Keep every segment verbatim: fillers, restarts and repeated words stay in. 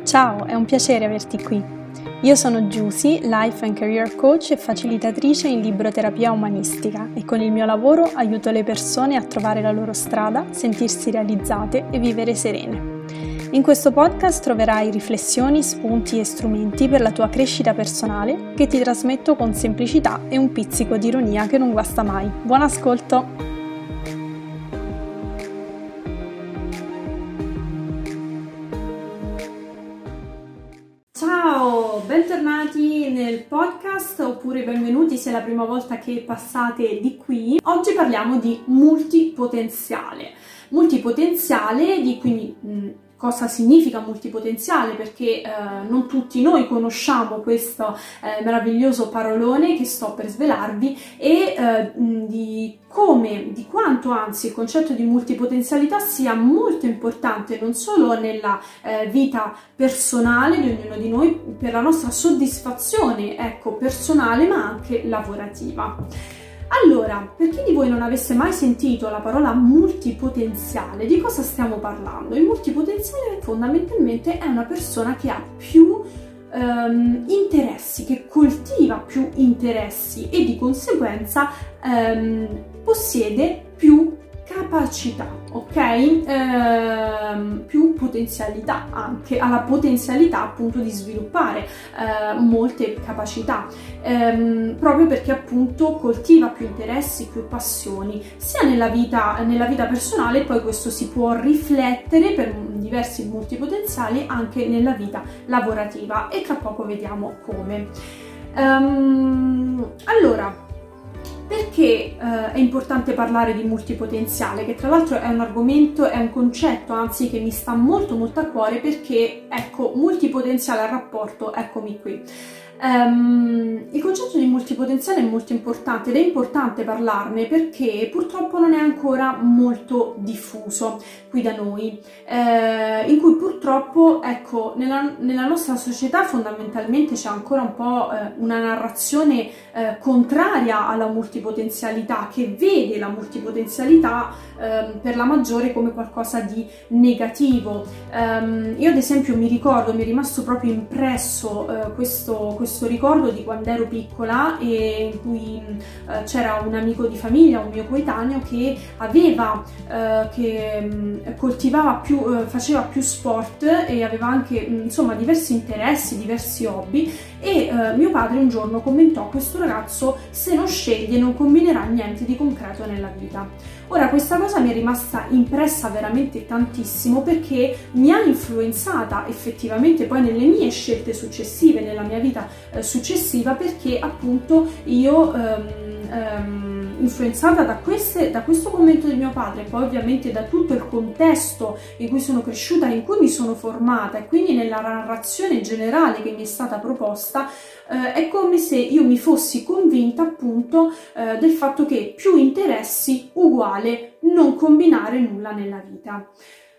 Ciao, è un piacere averti qui. Io sono Giusy, Life and Career Coach e facilitatrice in libroterapia umanistica e con il mio lavoro aiuto le persone a trovare la loro strada, sentirsi realizzate e vivere serene. In questo podcast troverai riflessioni, spunti e strumenti per la tua crescita personale che ti trasmetto con semplicità e un pizzico di ironia che non guasta mai. Buon ascolto! Ciao, bentornati nel podcast oppure benvenuti se è la prima volta che passate di qui. Oggi parliamo di multipotenziale. Multipotenziale, di quindi mh, cosa significa multipotenziale, perché eh, non tutti noi conosciamo questo eh, meraviglioso parolone che sto per svelarvi e eh, di come, di quanto anzi il concetto di multipotenzialità sia molto importante non solo nella eh, vita personale di ognuno di noi, per la nostra soddisfazione, ecco, personale, ma anche lavorativa. Allora, per chi di voi non avesse mai sentito la parola multipotenziale, di cosa stiamo parlando? Il multipotenziale fondamentalmente è una persona che ha più um, interessi, che coltiva più interessi e di conseguenza um, possiede più capacità, ok? Ehm, più potenzialità anche, ha la potenzialità appunto di sviluppare eh, molte capacità, ehm, proprio perché appunto coltiva più interessi, più passioni, sia nella vita, nella vita personale, e poi questo si può riflettere per diversi multipotenziali anche nella vita lavorativa e tra poco vediamo come. Ehm, allora, perché eh, è importante parlare di multipotenziale? Che tra l'altro è un argomento, è un concetto anzi che mi sta molto molto a cuore, perché ecco, multipotenziale al rapporto, eccomi qui. Um, il concetto di multipotenziale è molto importante ed è importante parlarne perché purtroppo non è ancora molto diffuso qui da noi, eh, in cui purtroppo, ecco, nella, nella nostra società fondamentalmente c'è ancora un po' eh, una narrazione eh, contraria alla multipotenzialità, che vede la multipotenzialità eh, per la maggiore come qualcosa di negativo. Um, io ad esempio mi ricordo, mi è rimasto proprio impresso eh, questo, questo questo ricordo di quando ero piccola e in cui eh, c'era un amico di famiglia, un mio coetaneo, che aveva, eh, che mh, coltivava più, eh, faceva più sport e aveva anche mh, insomma diversi interessi, diversi hobby, e eh, mio padre un giorno commentò: questo ragazzo se non sceglie non combinerà niente di concreto nella vita. Ora, questa cosa mi è rimasta impressa veramente tantissimo, perché mi ha influenzata effettivamente poi nelle mie scelte successive, nella mia vita eh, successiva, perché appunto io ehm, ehm, influenzata da, queste, da questo commento di mio padre, poi ovviamente da tutto il contesto in cui sono cresciuta, in cui mi sono formata, e quindi nella narrazione generale che mi è stata proposta, eh, è come se io mi fossi convinta appunto eh, del fatto che più interessi uguale non combinare nulla nella vita.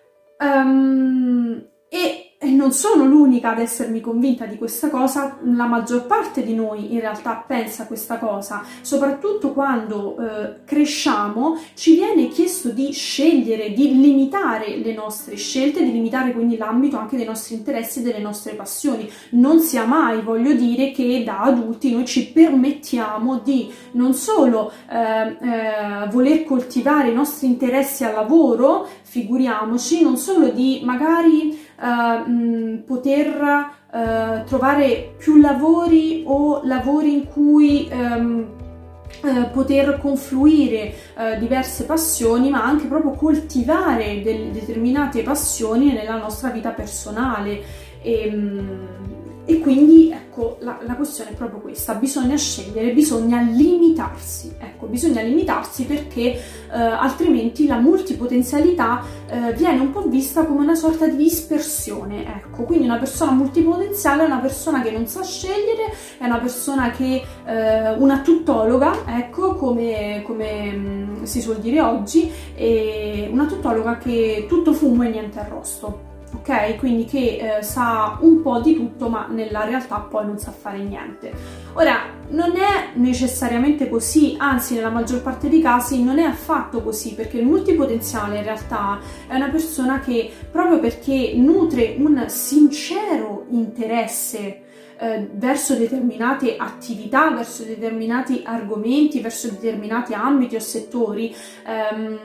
Um, e E non sono l'unica ad essermi convinta di questa cosa, la maggior parte di noi in realtà pensa questa cosa, soprattutto quando eh, cresciamo ci viene chiesto di scegliere, di limitare le nostre scelte, di limitare quindi l'ambito anche dei nostri interessi e delle nostre passioni. Non sia mai, voglio dire, che da adulti noi ci permettiamo di non solo eh, eh, voler coltivare i nostri interessi al lavoro, figuriamoci, non solo di magari Uh, mh, poter uh, trovare più lavori o lavori in cui um, uh, poter confluire uh, diverse passioni, ma anche proprio coltivare delle determinate passioni nella nostra vita personale. E, um, E quindi ecco, la, la questione è proprio questa: bisogna scegliere, bisogna limitarsi, ecco, bisogna limitarsi perché eh, altrimenti la multipotenzialità eh, viene un po' vista come una sorta di dispersione, ecco. Quindi una persona multipotenziale è una persona che non sa scegliere, è una persona che, eh, una tuttologa, ecco, come, come mh, si suol dire oggi, e una tuttologa che tutto fumo e niente arrosto. ok? Quindi che eh, sa un po' di tutto, ma nella realtà poi non sa fare niente. Ora, non è necessariamente così, anzi nella maggior parte dei casi non è affatto così, perché il multipotenziale in realtà è una persona che, proprio perché nutre un sincero interesse eh, verso determinate attività, verso determinati argomenti, verso determinati ambiti o settori, ehm,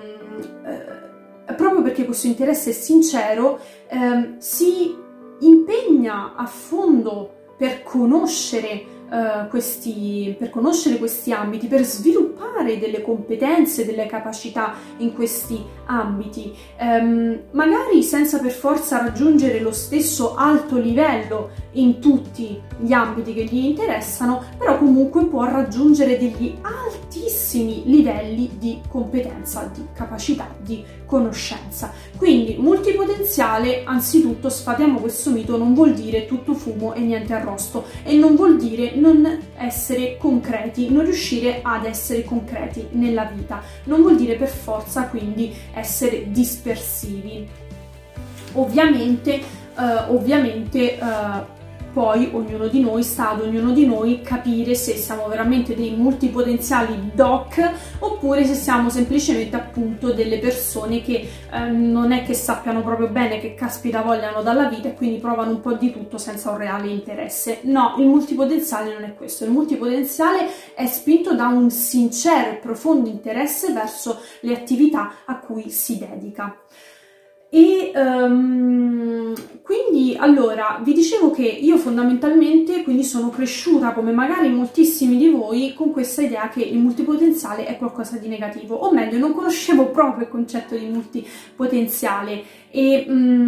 eh, proprio perché questo interesse è sincero, ehm, si impegna a fondo per conoscere Uh, questi, per conoscere questi ambiti, per sviluppare delle competenze, delle capacità in questi ambiti, um, magari senza per forza raggiungere lo stesso alto livello in tutti gli ambiti che gli interessano, però comunque può raggiungere degli altissimi livelli di competenza, di capacità, di conoscenza. Quindi multipotenziale, anzitutto sfatiamo questo mito, non vuol dire tutto fumo e niente arrosto, e non vuol dire non essere concreti, non riuscire ad essere concreti nella vita, non vuol dire per forza quindi essere dispersivi. Ovviamente, eh, ovviamente eh, poi ognuno di noi sta ad ognuno di noi capire se siamo veramente dei multipotenziali doc oppure se siamo semplicemente appunto delle persone che eh, non è che sappiano proprio bene che caspita vogliano dalla vita e quindi provano un po' di tutto senza un reale interesse. No, il multipotenziale non è questo, il multipotenziale è spinto da un sincero e profondo interesse verso le attività a cui si dedica. E um, quindi allora vi dicevo che io fondamentalmente quindi sono cresciuta, come magari moltissimi di voi, con questa idea che il multipotenziale è qualcosa di negativo, o meglio non conoscevo proprio il concetto di multipotenziale e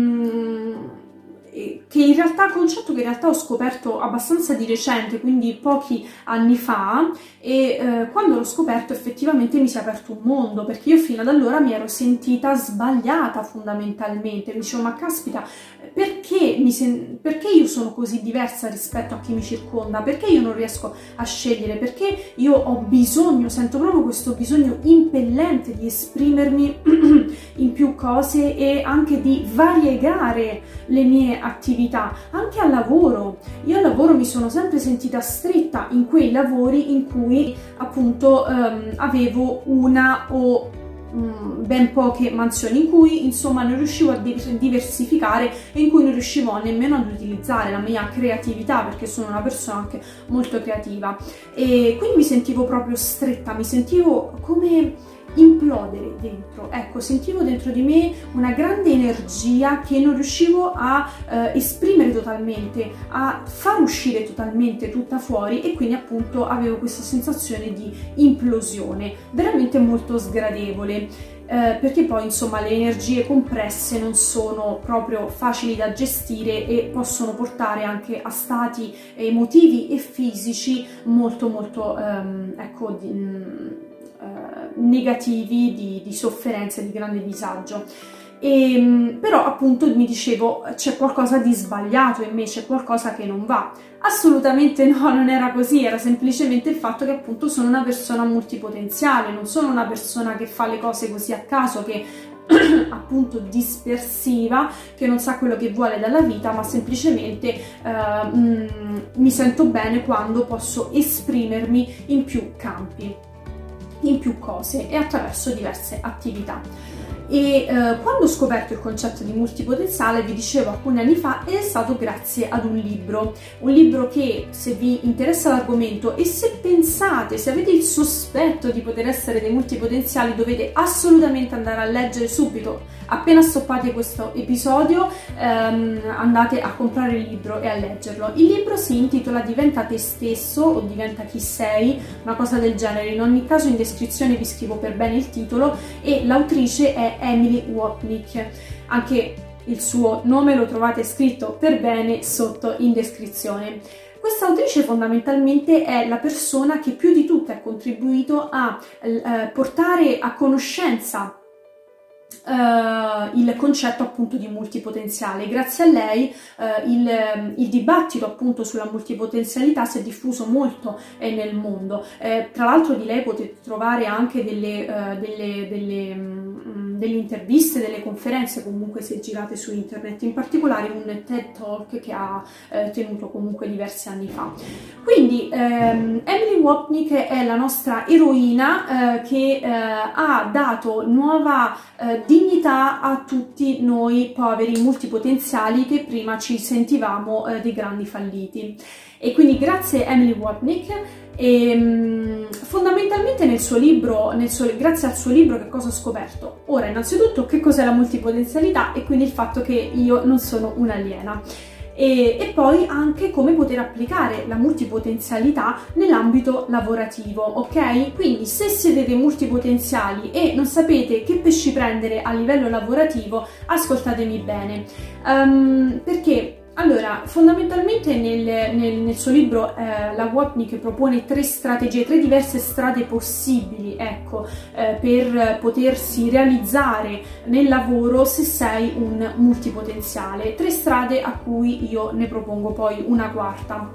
um, che in realtà, concetto che in realtà ho scoperto abbastanza di recente, quindi pochi anni fa, e eh, quando l'ho scoperto effettivamente mi si è aperto un mondo, perché io fino ad allora mi ero sentita sbagliata fondamentalmente, mi dicevo ma caspita, perché, mi sen- perché io sono così diversa rispetto a chi mi circonda, perché io non riesco a scegliere, perché io ho bisogno, sento proprio questo bisogno impellente di esprimermi in più cose e anche di variegare le mie attività, anche al lavoro. Io al lavoro mi sono sempre sentita stretta in quei lavori in cui appunto um, avevo una o um, ben poche mansioni, in cui insomma non riuscivo a diversificare e in cui non riuscivo nemmeno ad utilizzare la mia creatività, perché sono una persona anche molto creativa, e quindi mi sentivo proprio stretta, mi sentivo come implodere dentro, ecco, sentivo dentro di me una grande energia che non riuscivo a eh, esprimere totalmente, a far uscire totalmente tutta fuori, e quindi appunto avevo questa sensazione di implosione veramente molto sgradevole. Eh, perché poi insomma le energie compresse non sono proprio facili da gestire e possono portare anche a stati emotivi e fisici molto molto ehm, ecco di, mh, negativi, di, di sofferenza, di grande disagio. E, però appunto mi dicevo c'è qualcosa di sbagliato in me, c'è qualcosa che non va. Assolutamente no, non era così, era semplicemente il fatto che appunto sono una persona multipotenziale, non sono una persona che fa le cose così a caso, che appunto dispersiva, che non sa quello che vuole dalla vita, ma semplicemente uh, mm, mi sento bene quando posso esprimermi in più campi, in più cose e attraverso diverse attività. E eh, quando ho scoperto il concetto di multipotenziale, vi dicevo alcuni anni fa, ed è stato grazie ad un libro, un libro che, se vi interessa l'argomento e se pensate, se avete il sospetto di poter essere dei multipotenziali, dovete assolutamente andare a leggere subito. Appena stoppate questo episodio, ehm, andate a comprare il libro e a leggerlo. Il libro si intitola Diventa te stesso o Diventa chi sei, una cosa del genere. In ogni caso in descrizione vi scrivo per bene il titolo, e l'autrice è Emily Wapnick. Anche il suo nome lo trovate scritto per bene sotto in descrizione. Questa autrice fondamentalmente è la persona che più di tutte ha contribuito a eh, portare a conoscenza Uh, il concetto appunto di multipotenziale. Grazie a lei uh, il, il dibattito appunto sulla multipotenzialità si è diffuso molto eh, nel mondo. Eh, tra l'altro di lei potete trovare anche delle, uh, delle, delle um, delle interviste, delle conferenze, comunque se girate su internet, in particolare un TED Talk che ha eh, tenuto comunque diversi anni fa. Quindi ehm, Emily Wapnick è la nostra eroina eh, che eh, ha dato nuova eh, dignità a tutti noi poveri multipotenziali che prima ci sentivamo eh, dei grandi falliti. E quindi grazie a Emily Wapnick. E, fondamentalmente nel suo libro, nel suo, grazie al suo libro, che cosa ho scoperto? Ora, innanzitutto, che cos'è la multipotenzialità e quindi il fatto che io non sono un'aliena. E, e poi anche come poter applicare la multipotenzialità nell'ambito lavorativo, ok? Quindi se siete dei multipotenziali e non sapete che pesci prendere a livello lavorativo, ascoltatemi bene, um, perché allora, fondamentalmente nel, nel, nel suo libro eh, la Wapnick propone tre strategie, tre diverse strade possibili, ecco, eh, per potersi realizzare nel lavoro se sei un multipotenziale. Tre strade a cui io ne propongo poi una quarta.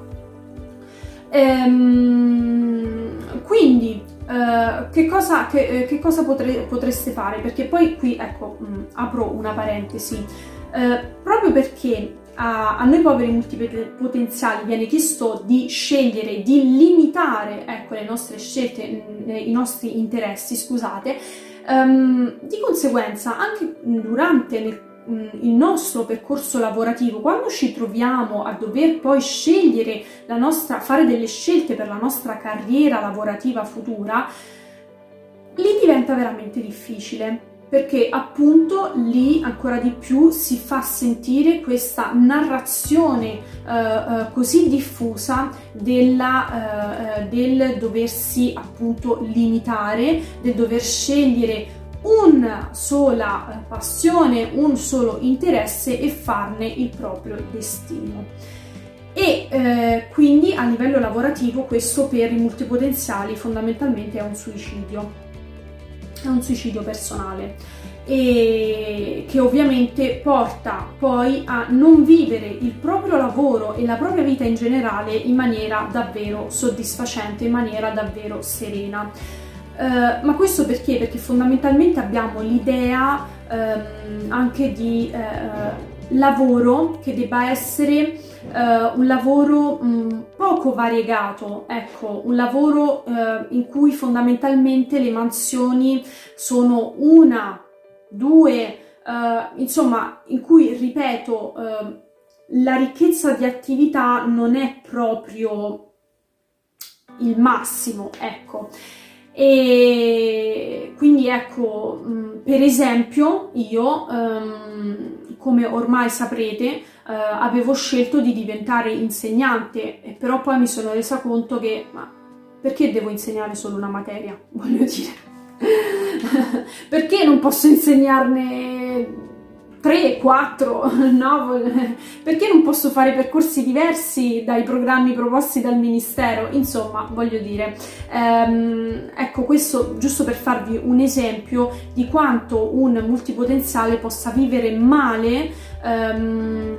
Ehm, quindi, eh, che cosa, che, che cosa potre, potreste fare? Perché poi qui, ecco, mh, apro una parentesi, eh, proprio perché A, a noi poveri multipotenziali viene chiesto di scegliere, di limitare, ecco, le nostre scelte, i nostri interessi, scusate, um, di conseguenza anche durante nel, il nostro percorso lavorativo, quando ci troviamo a dover poi scegliere la nostra, fare delle scelte per la nostra carriera lavorativa futura, lì diventa veramente difficile. Perché appunto lì ancora di più si fa sentire questa narrazione uh, uh, così diffusa della, uh, uh, del doversi appunto limitare, del dover scegliere una sola passione, un solo interesse e farne il proprio destino. E eh, quindi a livello lavorativo questo per i multipotenziali fondamentalmente è un suicidio. È un suicidio personale e che ovviamente porta poi a non vivere il proprio lavoro e la propria vita in generale in maniera davvero soddisfacente, in maniera davvero serena. Uh, ma questo perché? Perché fondamentalmente abbiamo l'idea um, anche di uh, lavoro che debba essere Uh, un lavoro um, poco variegato, ecco, un lavoro uh, in cui fondamentalmente le mansioni sono una, due, uh, insomma, in cui, ripeto, uh, la ricchezza di attività non è proprio il massimo, ecco. E quindi ecco, um, per esempio io, um, come ormai saprete, Uh, avevo scelto di diventare insegnante, e però poi mi sono resa conto che, ma perché devo insegnare solo una materia? Voglio dire, perché non posso insegnarne tre, quattro, no? Perché non posso fare percorsi diversi dai programmi proposti dal Ministero? Insomma, voglio dire, ehm, ecco, questo giusto per farvi un esempio di quanto un multipotenziale possa vivere male ehm,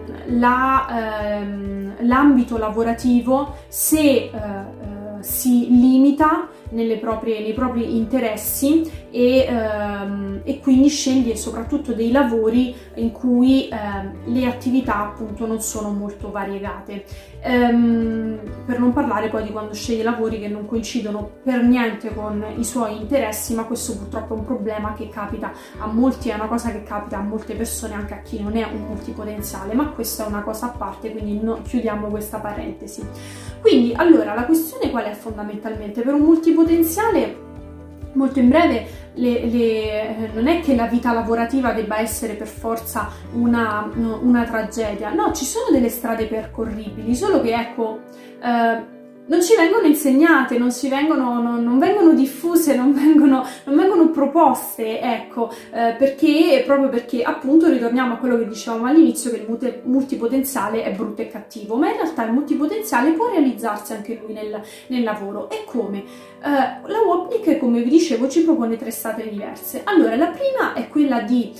la, ehm, l'ambito lavorativo se eh, eh, si limita nelle proprie, nei propri interessi e, ehm, e quindi sceglie soprattutto dei lavori in cui ehm, le attività appunto non sono molto variegate, ehm, per non parlare poi di quando sceglie lavori che non coincidono per niente con i suoi interessi, ma questo purtroppo è un problema che capita a molti, è una cosa che capita a molte persone, anche a chi non è un multipotenziale, ma questa è una cosa a parte, quindi no, chiudiamo questa parentesi. Quindi allora la questione qual è fondamentalmente? Per un multipotenziale, molto in breve, le, le, non è che la vita lavorativa debba essere per forza una, una tragedia, no, ci sono delle strade percorribili, solo che ecco, eh, non ci vengono insegnate, non, ci vengono, non, non vengono diffuse, non vengono, non vengono proposte, ecco, eh, perché, proprio perché appunto ritorniamo a quello che dicevamo all'inizio, che il multipotenziale è brutto e cattivo, ma in realtà il multipotenziale può realizzarsi anche lui nel, nel lavoro. E come? Eh, la Wapnick, come vi dicevo, ci propone tre strade diverse. Allora, la prima è quella di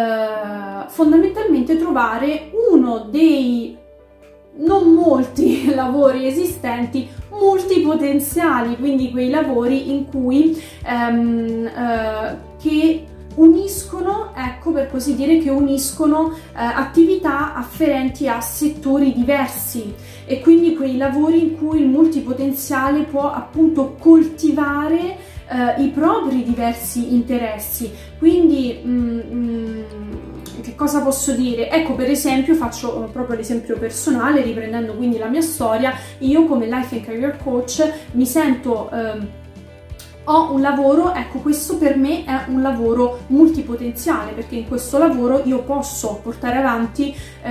eh, fondamentalmente trovare uno dei non molti lavori esistenti multipotenziali, quindi quei lavori in cui ehm, eh, che uniscono, ecco, per così dire, che uniscono eh, attività afferenti a settori diversi, e quindi quei lavori in cui il multipotenziale può appunto coltivare eh, i propri diversi interessi. Quindi mm, mm, che cosa posso dire? Ecco, per esempio, faccio proprio l'esempio personale, riprendendo quindi la mia storia. Io come Life and Career Coach mi sento eh, ho un lavoro, ecco, questo per me è un lavoro multipotenziale, perché in questo lavoro io posso portare avanti eh,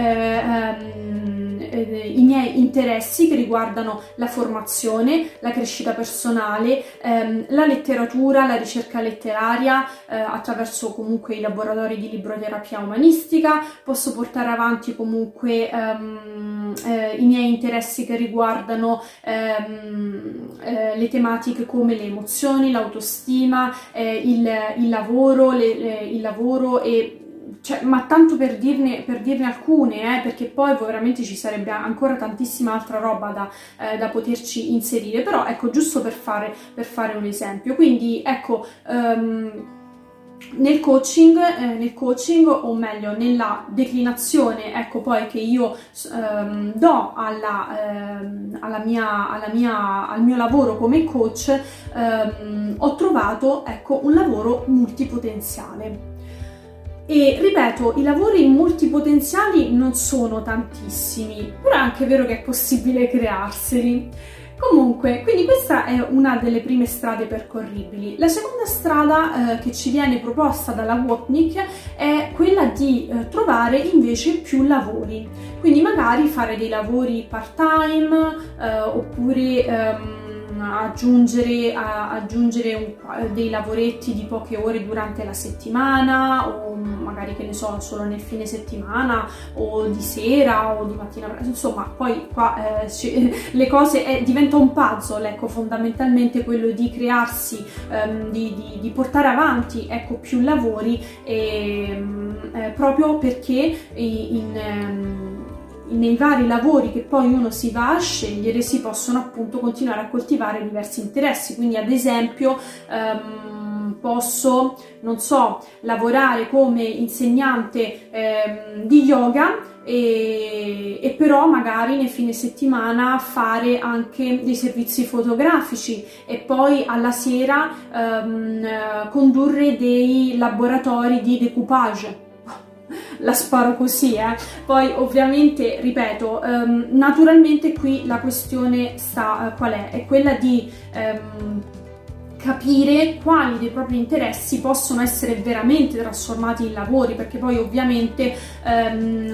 ehm, eh, i miei interessi che riguardano la formazione, la crescita personale, ehm, la letteratura, la ricerca letteraria eh, attraverso comunque i laboratori di libroterapia umanistica. Posso portare avanti comunque ehm, eh, i miei interessi che riguardano ehm, eh, le tematiche come le emozioni, l'autostima, eh, il, il lavoro, le, le, il lavoro e cioè, ma tanto per dirne, per dirne alcune, eh, perché poi veramente ci sarebbe ancora tantissima altra roba da, eh, da poterci inserire, però ecco, giusto per fare, per fare un esempio. Quindi ecco, um, nel coaching, eh, nel coaching, o meglio nella declinazione, ecco, poi che io ehm, do alla, ehm, alla mia, alla mia, al mio lavoro come coach, ehm, ho trovato, ecco, un lavoro multipotenziale. E ripeto, i lavori multipotenziali non sono tantissimi, però è anche vero che è possibile crearseli. Comunque, quindi questa è una delle prime strade percorribili. La seconda strada eh, che ci viene proposta dalla Wapnick è quella di eh, trovare invece più lavori, quindi magari fare dei lavori part-time eh, oppure ehm, aggiungere, a, aggiungere un, dei lavoretti di poche ore durante la settimana, o magari, che ne so, solo nel fine settimana o di sera o di mattina, insomma poi qua eh, ci, le cose eh, diventa un puzzle, ecco, fondamentalmente quello di crearsi, ehm, di, di, di portare avanti, ecco, più lavori, e, eh, proprio perché in, ehm, nei vari lavori che poi uno si va a scegliere si possono appunto continuare a coltivare diversi interessi. Quindi ad esempio ehm, posso, non so, lavorare come insegnante ehm, di yoga e, e però magari nel fine settimana fare anche dei servizi fotografici e poi alla sera ehm, condurre dei laboratori di decoupage. La sparo così, eh. Poi ovviamente, ripeto, um, naturalmente qui la questione sta, uh, qual è? È quella di um, capire quali dei propri interessi possono essere veramente trasformati in lavori, perché poi ovviamente um,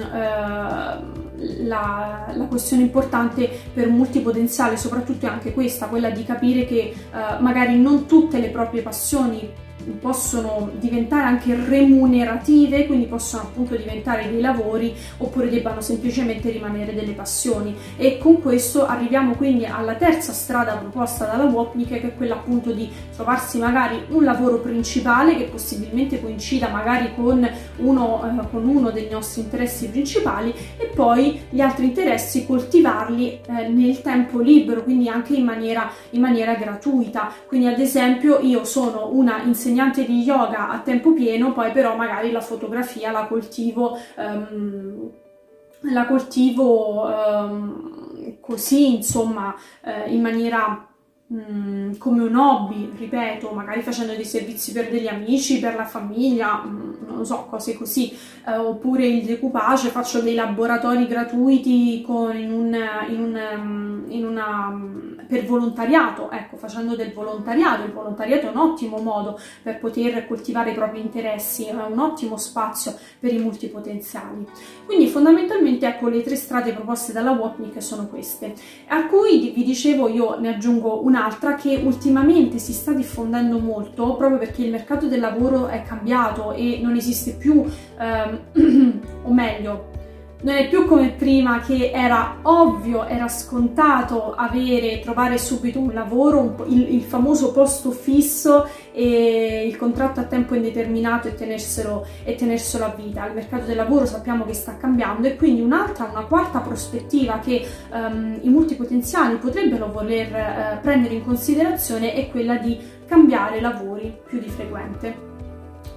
uh, la, la questione importante per un multipotenziale soprattutto è anche questa, quella di capire che uh, magari non tutte le proprie passioni possono diventare anche remunerative, quindi possono appunto diventare dei lavori, oppure debbano semplicemente rimanere delle passioni. E con questo arriviamo quindi alla terza strada proposta dalla Wapnick, che è quella appunto di trovarsi magari un lavoro principale che possibilmente coincida magari con uno, eh, con uno dei nostri interessi principali, e poi gli altri interessi coltivarli eh, nel tempo libero, quindi anche in maniera, in maniera gratuita. Quindi ad esempio io sono una insegnante di yoga a tempo pieno, poi però magari la fotografia la coltivo um, la coltivo um, così, insomma, uh, in maniera um, come un hobby, ripeto, magari facendo dei servizi per degli amici, per la famiglia, um, non lo so, cose così, uh, oppure il decoupage, faccio dei laboratori gratuiti con, in un, in un, um, in una um, per volontariato, ecco, facendo del volontariato. Il volontariato è un ottimo modo per poter coltivare i propri interessi, è un ottimo spazio per i multipotenziali. Quindi fondamentalmente, ecco, le tre strade proposte dalla Wapnick sono queste, a cui vi dicevo io ne aggiungo un'altra che ultimamente si sta diffondendo molto, proprio perché il mercato del lavoro è cambiato e non esiste più, ehm, o meglio, non è più come prima, che era ovvio, era scontato avere, trovare subito un lavoro, un po', il, il famoso posto fisso e il contratto a tempo indeterminato e tenerselo, e tenerselo a vita. Il mercato del lavoro sappiamo che sta cambiando, e quindi un'altra, una quarta prospettiva che um, i multipotenziali potrebbero voler uh, prendere in considerazione è quella di cambiare lavori più di frequente.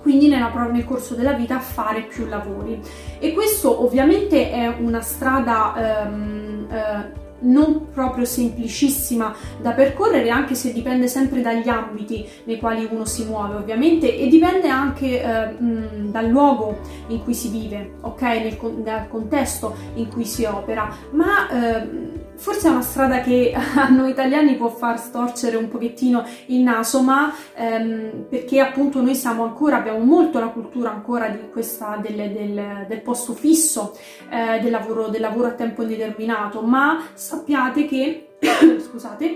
quindi nella, nel corso della vita fare più lavori. E questo ovviamente è una strada ehm, eh, non proprio semplicissima da percorrere, anche se dipende sempre dagli ambiti nei quali uno si muove ovviamente, e dipende anche eh, mh, dal luogo in cui si vive, ok? Nel, dal contesto in cui si opera, ma eh, forse è una strada che a noi italiani può far storcere un pochettino il naso, ma ehm, perché appunto noi siamo ancora, abbiamo molto la cultura ancora di questa, del, del, del posto fisso, eh, del, lavoro, del lavoro a tempo indeterminato, ma sappiate che, scusate,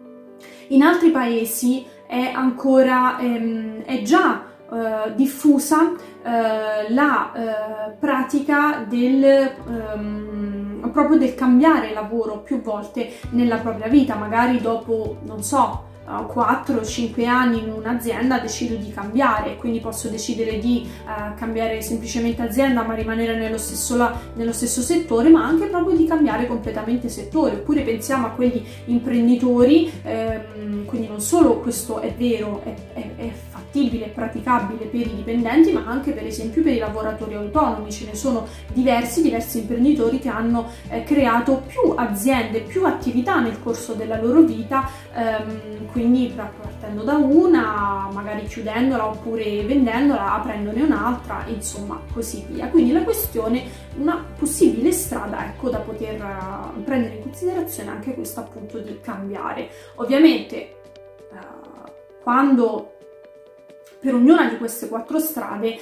in altri paesi è ancora, ehm, è già eh, diffusa eh, la eh, pratica del... Ehm, proprio del cambiare lavoro più volte nella propria vita, magari dopo, non so, quattro cinque anni in un'azienda decido di cambiare, quindi posso decidere di uh, cambiare semplicemente azienda ma rimanere nello stesso, la, nello stesso settore, ma anche proprio di cambiare completamente settore. Oppure pensiamo a quegli imprenditori, ehm, quindi non solo questo è vero, è, è, è fattibile, è praticabile per i dipendenti, ma anche per esempio per i lavoratori autonomi. Ce ne sono diversi, diversi imprenditori che hanno eh, creato più aziende, più attività nel corso della loro vita, ehm, quindi partendo da una, magari chiudendola oppure vendendola, aprendone un'altra, insomma così via. Quindi la questione, una possibile strada, ecco, da poter uh, prendere in considerazione anche questa appunto di cambiare. Ovviamente uh, quando per ognuna di queste quattro strade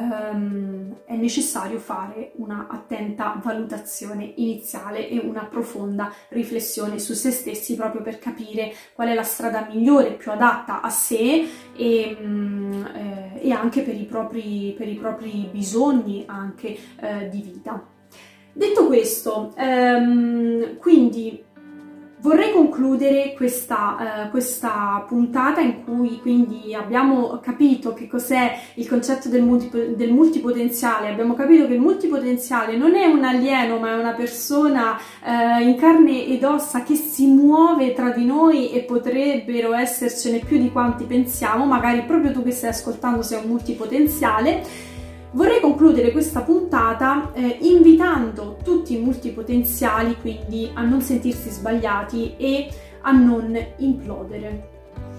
ehm, è necessario fare una attenta valutazione iniziale e una profonda riflessione su se stessi, proprio per capire qual è la strada migliore, più adatta a sé e, mm, eh, e anche per i propri, per i propri bisogni anche eh, di vita. Detto questo, ehm, quindi vorrei concludere questa, uh, questa puntata in cui quindi abbiamo capito che cos'è il concetto del, multi, del multipotenziale, abbiamo capito che il multipotenziale non è un alieno ma è una persona uh, in carne ed ossa che si muove tra di noi, e potrebbero essercene più di quanti pensiamo, magari proprio tu che stai ascoltando sei un multipotenziale. Vorrei concludere questa puntata eh, invitando tutti i multipotenziali quindi a non sentirsi sbagliati e a non implodere.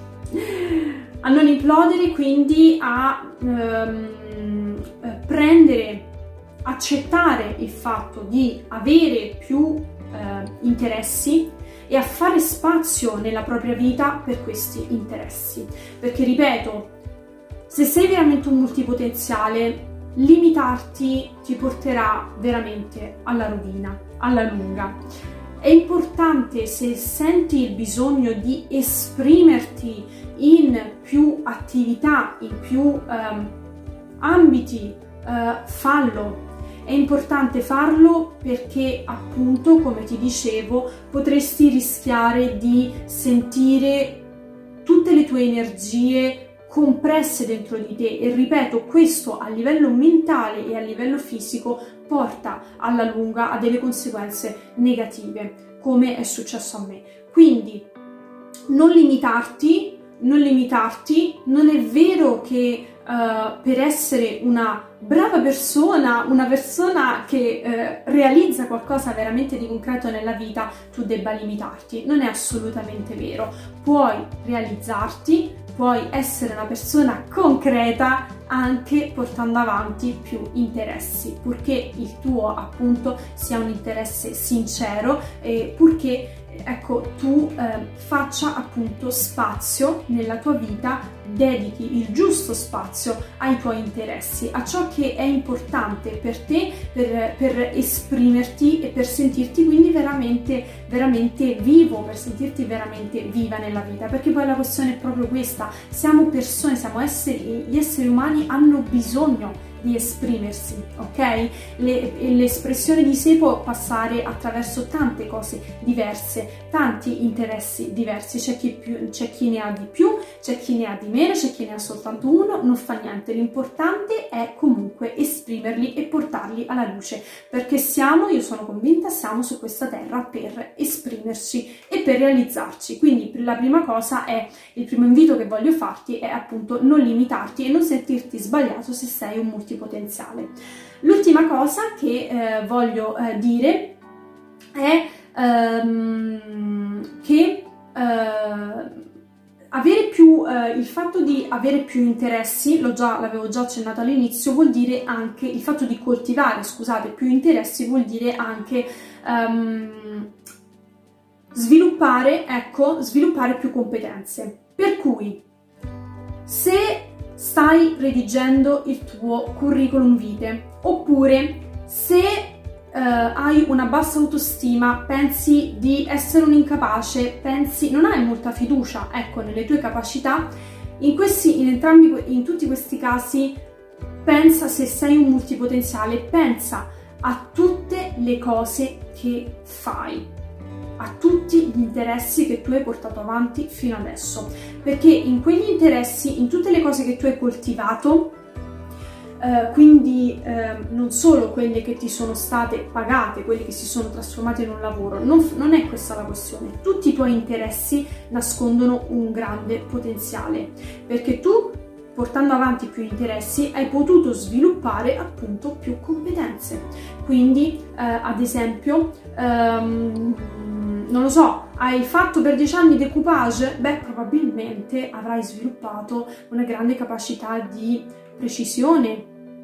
A non implodere, quindi a ehm, prendere, accettare il fatto di avere più eh, interessi e a fare spazio nella propria vita per questi interessi. Perché, ripeto, se sei veramente un multipotenziale, limitarti ti porterà veramente alla rovina, alla lunga. È importante, se senti il bisogno di esprimerti in più attività, in più um, ambiti, uh, fallo. È importante farlo perché, appunto, come ti dicevo, potresti rischiare di sentire tutte le tue energie compresse dentro di te, e ripeto, questo a livello mentale e a livello fisico porta alla lunga a delle conseguenze negative, come è successo a me. Quindi non limitarti, non limitarti, non è vero che uh, per essere una brava persona, una persona che eh, realizza qualcosa veramente di concreto nella vita, tu debba limitarti. Non è assolutamente vero. Puoi realizzarti, puoi essere una persona concreta anche portando avanti più interessi, purché il tuo appunto sia un interesse sincero e purché ecco tu eh, faccia appunto spazio nella tua vita, dedichi il giusto spazio ai tuoi interessi, a ciò che è importante per te, per, per esprimerti e per sentirti quindi veramente veramente vivo, per sentirti veramente viva nella vita, perché poi la questione è proprio questa: siamo persone, siamo esseri, gli esseri umani hanno bisogno di esprimersi, ok? Le, l'espressione di sé può passare attraverso tante cose diverse, tanti interessi diversi, c'è chi, più, c'è chi ne ha di più, c'è chi ne ha di meno, c'è chi ne ha soltanto uno, non fa niente, l'importante è comunque esprimerli e portarli alla luce, perché siamo, io sono convinta, siamo su questa terra per esprimerci e per realizzarci. Quindi la prima cosa è, il primo invito che voglio farti è appunto non limitarti e non sentirti sbagliato se sei un multipotenziale. L'ultima cosa che eh, voglio eh, dire è ehm, che eh, avere più, eh, il fatto di avere più interessi, l'ho già, l'avevo già accennato all'inizio, vuol dire anche, il fatto di coltivare, scusate, più interessi vuol dire anche um, sviluppare, ecco, sviluppare più competenze. Per cui, se stai redigendo il tuo curriculum vitae, oppure se Uh, hai una bassa autostima, pensi di essere un incapace, pensi non hai molta fiducia, ecco, nelle tue capacità, in questi, in entrambi, in tutti questi casi, pensa, se sei un multipotenziale, pensa a tutte le cose che fai, a tutti gli interessi che tu hai portato avanti fino adesso, perché in quegli interessi, in tutte le cose che tu hai coltivato, Uh, quindi uh, non solo quelle che ti sono state pagate, quelle che si sono trasformate in un lavoro, non, non è questa la questione. Tutti i tuoi interessi nascondono un grande potenziale, perché tu, portando avanti più interessi, hai potuto sviluppare appunto più competenze. Quindi uh, ad esempio um, non lo so, hai fatto per dieci anni decoupage, beh, probabilmente avrai sviluppato una grande capacità di precisione,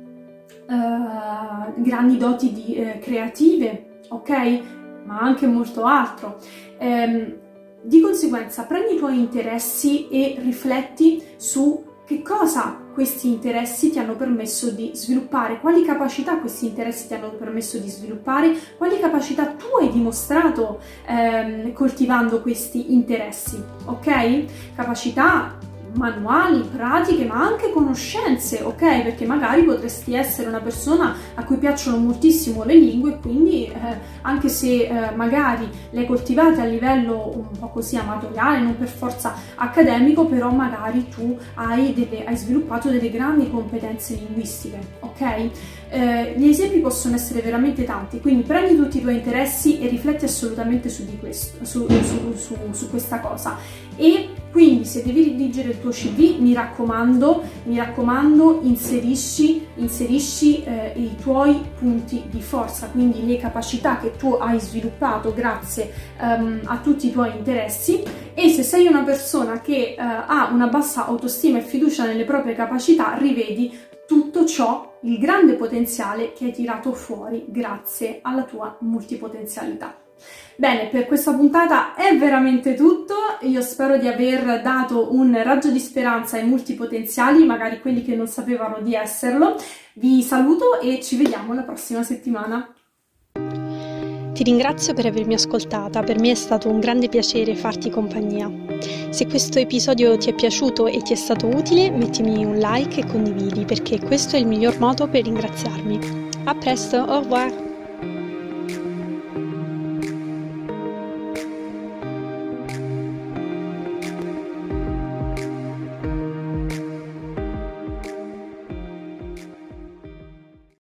uh, grandi doti di, uh, creative, ok? Ma anche molto altro. Um, di conseguenza, prendi i tuoi interessi e rifletti su che cosa questi interessi ti hanno permesso di sviluppare, quali capacità questi interessi ti hanno permesso di sviluppare, quali capacità tu hai dimostrato um, coltivando questi interessi, ok? Capacità manuali, pratiche, ma anche conoscenze, ok? Perché magari potresti essere una persona a cui piacciono moltissimo le lingue, quindi eh, anche se eh, magari le hai coltivate a livello un po' così amatoriale, non per forza accademico, però magari tu hai, delle, hai sviluppato delle grandi competenze linguistiche, ok? Eh, gli esempi possono essere veramente tanti, quindi prendi tutti i tuoi interessi e rifletti assolutamente su, di questo, su, su, su, su questa cosa. E quindi, se devi redigere il tuo C V, mi raccomando, mi raccomando, inserisci, inserisci eh, i tuoi punti di forza, quindi le capacità che tu hai sviluppato grazie um, a tutti i tuoi interessi. E se sei una persona che uh, ha una bassa autostima e fiducia nelle proprie capacità, rivedi tutto ciò, il grande potenziale che hai tirato fuori grazie alla tua multipotenzialità. Bene, per questa puntata è veramente tutto. Io spero di aver dato un raggio di speranza ai multipotenziali, magari quelli che non sapevano di esserlo. Vi saluto e ci vediamo la prossima settimana. Ti ringrazio per avermi ascoltata, per me è stato un grande piacere farti compagnia. Se questo episodio ti è piaciuto e ti è stato utile, mettimi un like e condividi, perché questo è il miglior modo per ringraziarmi. A presto, au revoir!